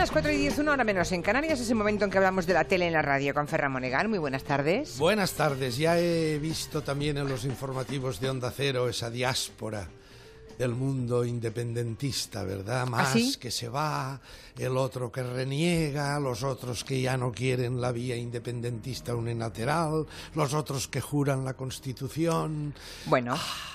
las 4:10, 1 hora menos en Canarias. Es el momento en que hablamos de la tele en la radio con Ferran Monegal. Muy buenas tardes. Buenas tardes. Ya he visto también en los informativos de Onda Cero esa diáspora del mundo independentista, ¿verdad? Más ¿Ah, sí? que se va, el otro que reniega, los otros que ya no quieren la vía independentista unilateral, los otros que juran la Constitución. Bueno,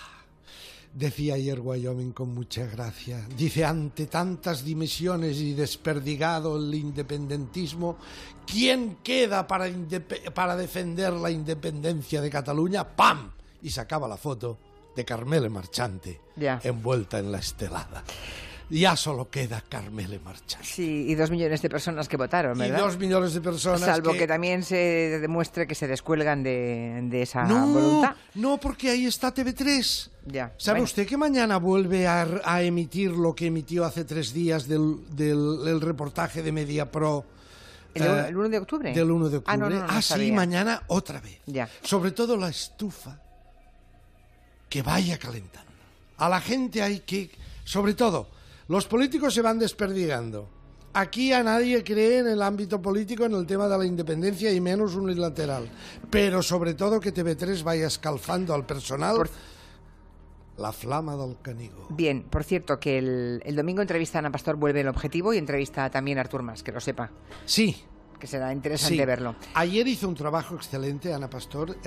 Decía ayer Wyoming con mucha gracia. Dice, ante tantas dimisiones y desperdigado el independentismo, ¿quién queda para defender la independencia de Cataluña? ¡Pam! Y sacaba la foto de Carmele Marchante, Ya. envuelta en la estelada. Ya solo queda Carmele Marchante. sí, y 2 millones de personas que votaron, ¿verdad? Y 2 millones de personas Salvo que también se demuestre que se descuelgan de esa No, voluntad. no, porque ahí está TV3. Ya. ¿Sabe Bueno, usted que mañana vuelve a emitir lo que emitió hace 3 días del reportaje de MediaPro? ¿El 1 de octubre? Del 1 de octubre. Ah, no sí, sabía. mañana otra vez. Ya. Sobre todo la estufa, que vaya calentando. A la gente hay que... Sobre todo, los políticos se van desperdigando. Aquí a nadie cree en el ámbito político en el tema de la independencia y menos unilateral. Pero sobre todo que TV3 vaya escalfando al personal la flama del Canigó. Bien, por cierto, que el domingo entrevista a Ana Pastor, vuelve El Objetivo, y entrevista también a Artur Mas, que lo sepa, Sí. que será interesante Sí. verlo. Ayer hizo un trabajo excelente Ana Pastor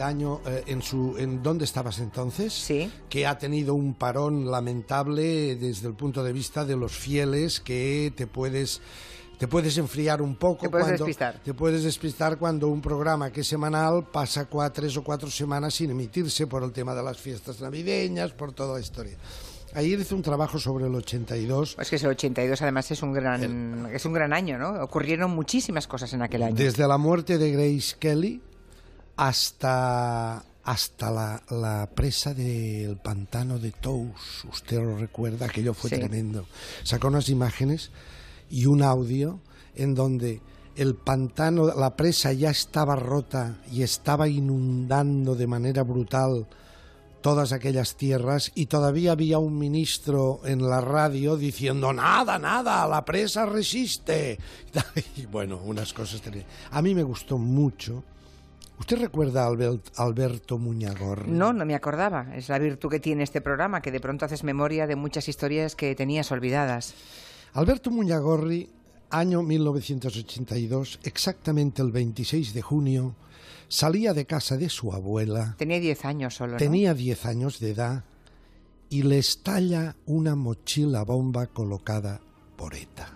en ¿Dónde estabas entonces? Sí. Que ha tenido un parón lamentable desde el punto de vista de los fieles, que te puedes enfriar un poco. Te puedes despistar. Te puedes despistar cuando un programa que es semanal pasa 3 o 4 semanas sin emitirse por el tema de las fiestas navideñas, por toda la historia. Ayer hizo un trabajo sobre el 82. Es que el 82 además es un gran año, ¿no? Ocurrieron muchísimas cosas en aquel año. Desde la muerte de Grace Kelly hasta la presa del pantano de Tous. Usted lo recuerda, aquello fue Sí. tremendo. Sacó unas imágenes y un audio en donde el pantano, la presa ya estaba rota y estaba inundando de manera brutal todas aquellas tierras, y todavía había un ministro en la radio diciendo nada, la presa resiste. Y bueno, unas cosas terribles. A mí me gustó mucho. ¿Usted recuerda a Alberto Muñagorri? No me acordaba. Es la virtud que tiene este programa, que de pronto haces memoria de muchas historias que tenías olvidadas. Alberto Muñagorri, año 1982, exactamente el 26 de junio, salía de casa de su abuela. Tenía 10 años solo, ¿no? Tenía 10 años de edad y le estalla una mochila bomba colocada por ETA.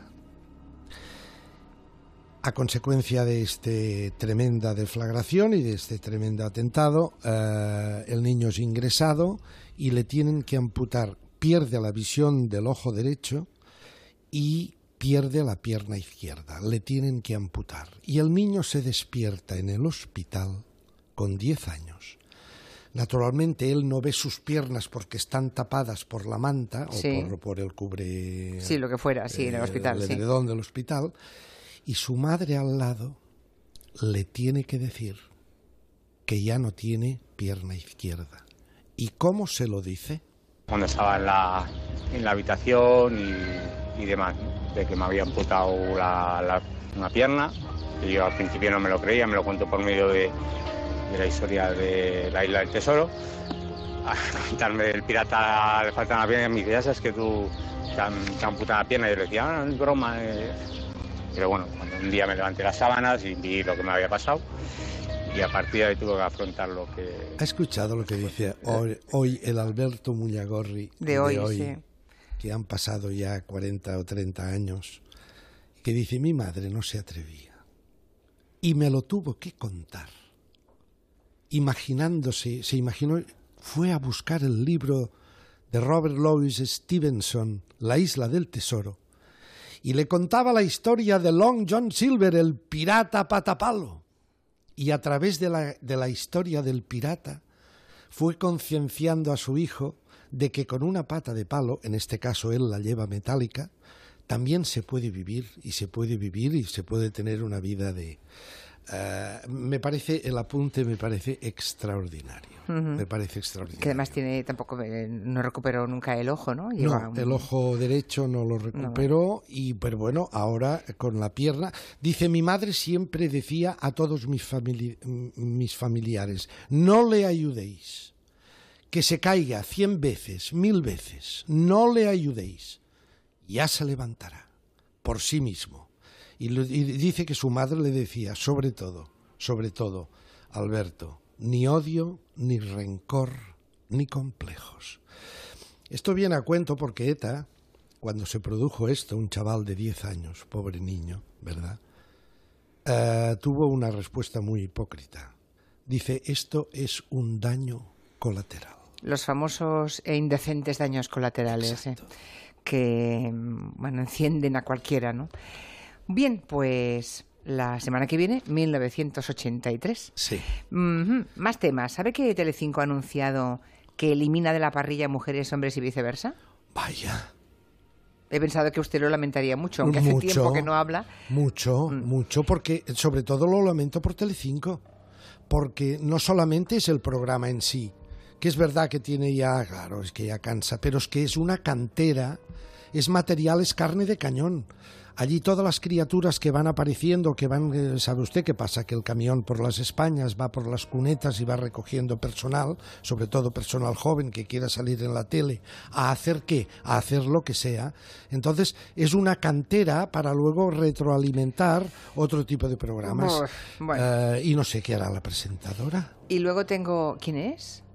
A consecuencia de esta tremenda deflagración y de este tremendo atentado, el niño es ingresado y le tienen que amputar. Pierde la visión del ojo derecho y pierde la pierna izquierda. Le tienen que amputar. Y el niño se despierta en el hospital con 10 años. Naturalmente él no ve sus piernas porque están tapadas por la manta Sí. o por el cubre... Sí, lo que fuera, sí, en el hospital, el sí. edredón del hospital. Y su madre al lado le tiene que decir que ya no tiene pierna izquierda. ¿Y cómo se lo dice? Cuando estaba en la habitación y demás, de que me había amputado una pierna, y yo al principio no me lo creía, me lo cuento por medio de la historia de la Isla del Tesoro. A contarme del pirata le falta una pierna, y me dice, ya sabes que tú te han amputado la pierna, y yo le decía, no es broma. Pero bueno, cuando un día me levanté las sábanas y vi lo que me había pasado, y a partir de ahí tuve que afrontar lo que... ¿Ha escuchado lo que dice hoy el Alberto Muñagorri De hoy, sí. Que han pasado ya 40 o 30 años, que dice, mi madre no se atrevía y me lo tuvo que contar, se imaginó, fue a buscar el libro de Robert Louis Stevenson, La Isla del Tesoro, y le contaba la historia de Long John Silver, el pirata patapalo. Y a través de la historia del pirata fue concienciando a su hijo de que con una pata de palo, en este caso él la lleva metálica, también se puede vivir y se puede tener una vida Me parece, el apunte me parece extraordinario. Me parece extraordinario. Que además tampoco no recuperó nunca el ojo, ¿no? El ojo derecho no lo recuperó, pero bueno, ahora con la pierna. Dice, mi madre siempre decía a todos mis familiares, no le ayudéis, que se caiga 100 veces, 1000 veces, no le ayudéis, ya se levantará por sí mismo. Y dice que su madre le decía, sobre todo, Alberto, ni odio, ni rencor, ni complejos. Esto viene a cuento porque ETA, cuando se produjo esto, un chaval de 10 años, pobre niño, ¿verdad? Tuvo una respuesta muy hipócrita. Dice, esto es un daño colateral. Los famosos e indecentes daños colaterales, que encienden a cualquiera, ¿no? Bien, pues la semana que viene, 1983. Sí. Más temas. ¿Sabe que Telecinco ha anunciado que elimina de la parrilla mujeres, hombres y viceversa? Vaya. He pensado que usted lo lamentaría mucho, aunque hace tiempo que no habla. Mucho, porque sobre todo lo lamento por Telecinco, porque no solamente es el programa en sí, que es verdad que tiene ya, claro, es que ya cansa, pero es que es una cantera, es material, es carne de cañón. Allí todas las criaturas que van apareciendo, ¿sabe usted qué pasa? Que el camión por las Españas va por las cunetas y va recogiendo personal, sobre todo personal joven que quiera salir en la tele, ¿a hacer qué? A hacer lo que sea. Entonces, es una cantera para luego retroalimentar otro tipo de programas. Bueno. Y no sé qué hará la presentadora. Y luego tengo... ¿Quién es?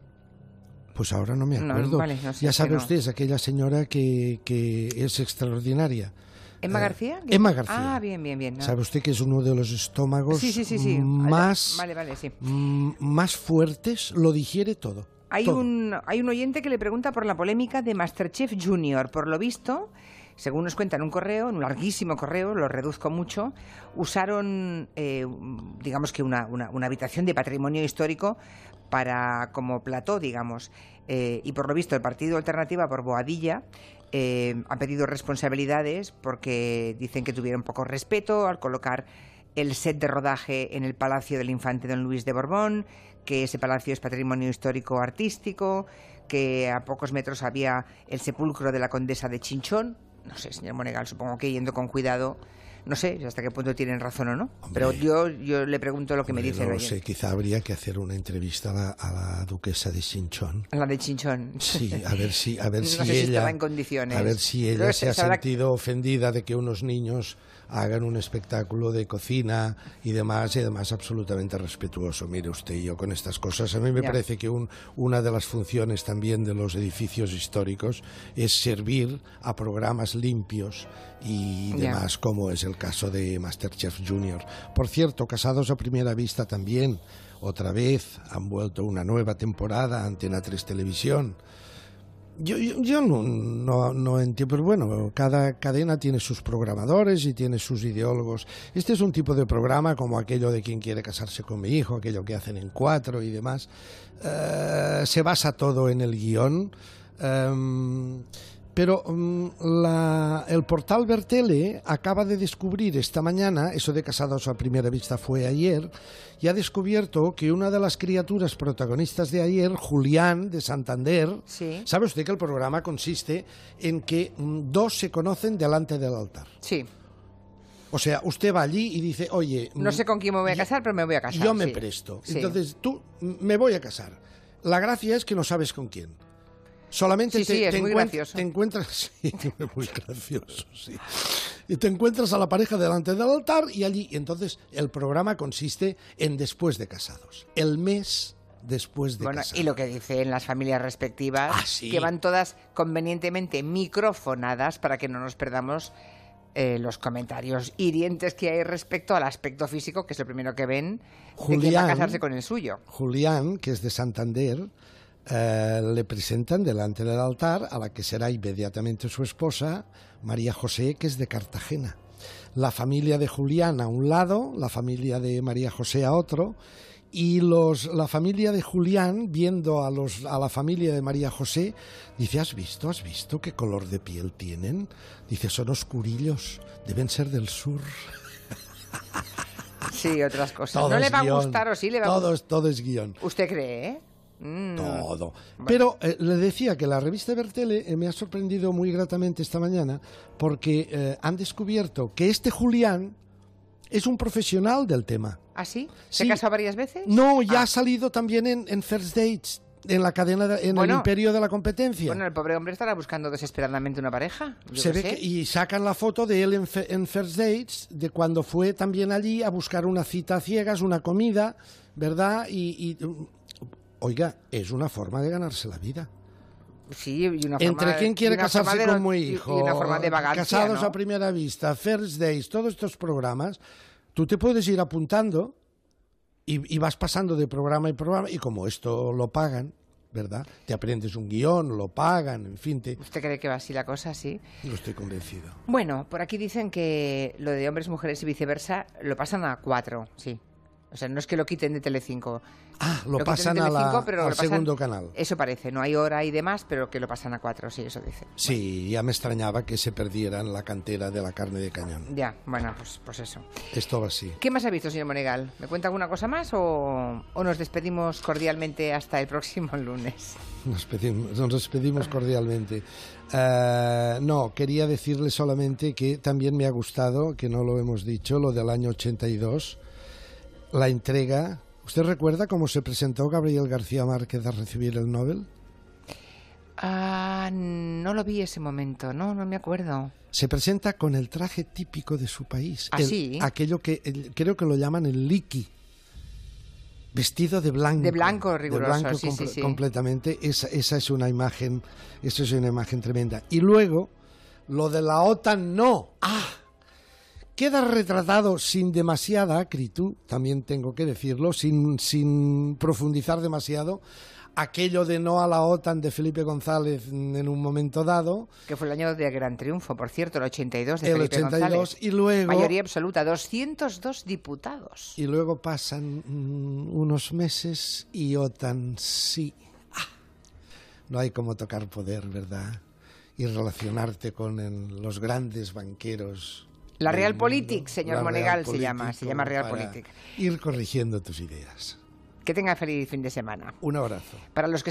Pues ahora no me acuerdo. No sé, ya sabe usted, es aquella señora que es extraordinaria. ¿Emma García? Emma García. Ah, bien. No. ¿Sabe usted que es uno de los estómagos sí. Más, sí. Más fuertes? Lo digiere todo. Hay un oyente que le pregunta por la polémica de Masterchef Junior. Por lo visto, según nos cuenta en un correo, en un larguísimo correo, lo reduzco mucho, usaron, digamos que una habitación de patrimonio histórico como plató, digamos. Y por lo visto, el Partido Alternativa por Boadilla ha pedido responsabilidades porque dicen que tuvieron poco respeto al colocar el set de rodaje en el Palacio del Infante Don Luis de Borbón, que ese palacio es patrimonio histórico artístico, que a pocos metros había el sepulcro de la condesa de Chinchón. No sé, señor Monegal, supongo que yendo con cuidado, no sé hasta qué punto tienen razón o no. Hombre, pero yo le pregunto lo que me dicen. No sé, quizá habría que hacer una entrevista a la duquesa de Chinchón. A la de Chinchón. Sí, a ver si no sé si ella, en condiciones. a ver si ella se ha sentido ofendida de que unos niños hagan un espectáculo de cocina y además absolutamente respetuoso. Mire usted, yo con estas cosas, a mí me parece que una de las funciones también de los edificios históricos es servir a programas limpios y demás, como es el caso de Masterchef Junior. Por cierto, Casados a Primera Vista también, otra vez, han vuelto una nueva temporada, Antena 3 Televisión. Yo no entiendo, pero bueno, cada cadena tiene sus programadores y tiene sus ideólogos. Este es un tipo de programa como aquello de Quién quiere casarse con mi hijo, aquello que hacen en 4 y demás. Se basa todo en el guión. Pero el portal Bertele acaba de descubrir esta mañana, eso de Casados a Primera Vista fue ayer, y ha descubierto que una de las criaturas protagonistas de ayer, Julián, de Santander, sí. ¿Sabe usted que el programa consiste en que dos se conocen delante del altar? Sí. O sea, usted va allí y dice, oye... No sé con quién me voy a casar, pero me voy a casar. Yo me presto. Sí. Entonces, tú, me voy a casar. La gracia es que no sabes con quién. Solamente te encuentras, sí, muy gracioso, sí. Y te encuentras a la pareja delante del altar y allí, entonces el programa consiste en después de casados, el mes después de casados. Y lo que dicen las familias respectivas, sí. Que van todas convenientemente microfonadas para que no nos perdamos los comentarios hirientes que hay respecto al aspecto físico, que es lo primero que ven de quién va a casarse con el suyo. Julián, que es de Santander, le presentan delante del altar a la que será inmediatamente su esposa, María José, que es de Cartagena. La familia de Julián a un lado, la familia de María José a otro, y la familia de Julián, viendo a la familia de María José, dice, ¿has visto qué color de piel tienen? Dice, son oscurillos, deben ser del sur. Sí, otras cosas. Todo No le es va a guión. gustar o sí le va a gustar. Todo es guión. ¿Usted cree, Todo. Pero le decía que la revista Bertele me ha sorprendido muy gratamente esta mañana porque han descubierto que este Julián es un profesional del tema. ¿Ah, sí? ¿Se Sí. ha casado varias veces? No, ya ha salido también en First Dates, en la cadena, en el imperio de la competencia. Bueno, el pobre hombre estará buscando desesperadamente una pareja. Yo Se qué ve sé. que, y sacan la foto de él en First Dates, de cuando fue también allí a buscar una cita a ciegas, una comida, ¿verdad? Oiga, es una forma de ganarse la vida. Sí, y una forma Entre quién quiere y una casarse forma de con mi y hijo, una forma de vagancia, Casados ¿no? a primera vista, First Days, todos estos programas, tú te puedes ir apuntando y vas pasando de programa en programa, y como esto lo pagan, ¿verdad? Te aprendes un guión, lo pagan, en fin, ¿Usted cree que va así la cosa, sí? no estoy convencido. Bueno, por aquí dicen que lo de hombres, mujeres y viceversa lo pasan a 4, sí. O sea, no es que lo quiten de Telecinco. Lo quiten pasan de Telecinco, pero al lo pasan- segundo canal. Eso parece, no hay hora y demás, pero que lo pasan a 4, sí, eso dice. Sí, ya me extrañaba que se perdieran la cantera de la carne de cañón. Ya, bueno, pues eso. Esto va así. ¿Qué más ha visto, señor Monegal? ¿Me cuenta alguna cosa más o nos despedimos cordialmente hasta el próximo lunes? Nos despedimos cordialmente. No, quería decirle solamente que también me ha gustado, que no lo hemos dicho, lo del año 82, la entrega. ¿Usted recuerda cómo se presentó Gabriel García Márquez a recibir el Nobel? No lo vi ese momento, no me acuerdo. Se presenta con el traje típico de su país. ¿Ah, sí? Aquello que creo que lo llaman el liqui. Vestido de blanco. De blanco riguroso, De blanco sí. completamente. Esa es una imagen, eso es una imagen tremenda. Y luego, lo de la OTAN no. Queda retratado sin demasiada acritud, también tengo que decirlo, sin profundizar demasiado, aquello de no a la OTAN de Felipe González en un momento dado. Que fue el año de gran triunfo, por cierto, el 82 de El Felipe 82, González. y luego... Mayoría absoluta, 202 diputados. Y luego pasan unos meses y OTAN sí. No hay como tocar poder, ¿verdad? Y relacionarte con los grandes banqueros. La del Realpolitik, mundo. señor La Monegal, se Realpolitik, llama para Realpolitik. Ir corrigiendo tus ideas. Que tenga feliz fin de semana. Un abrazo. Para los que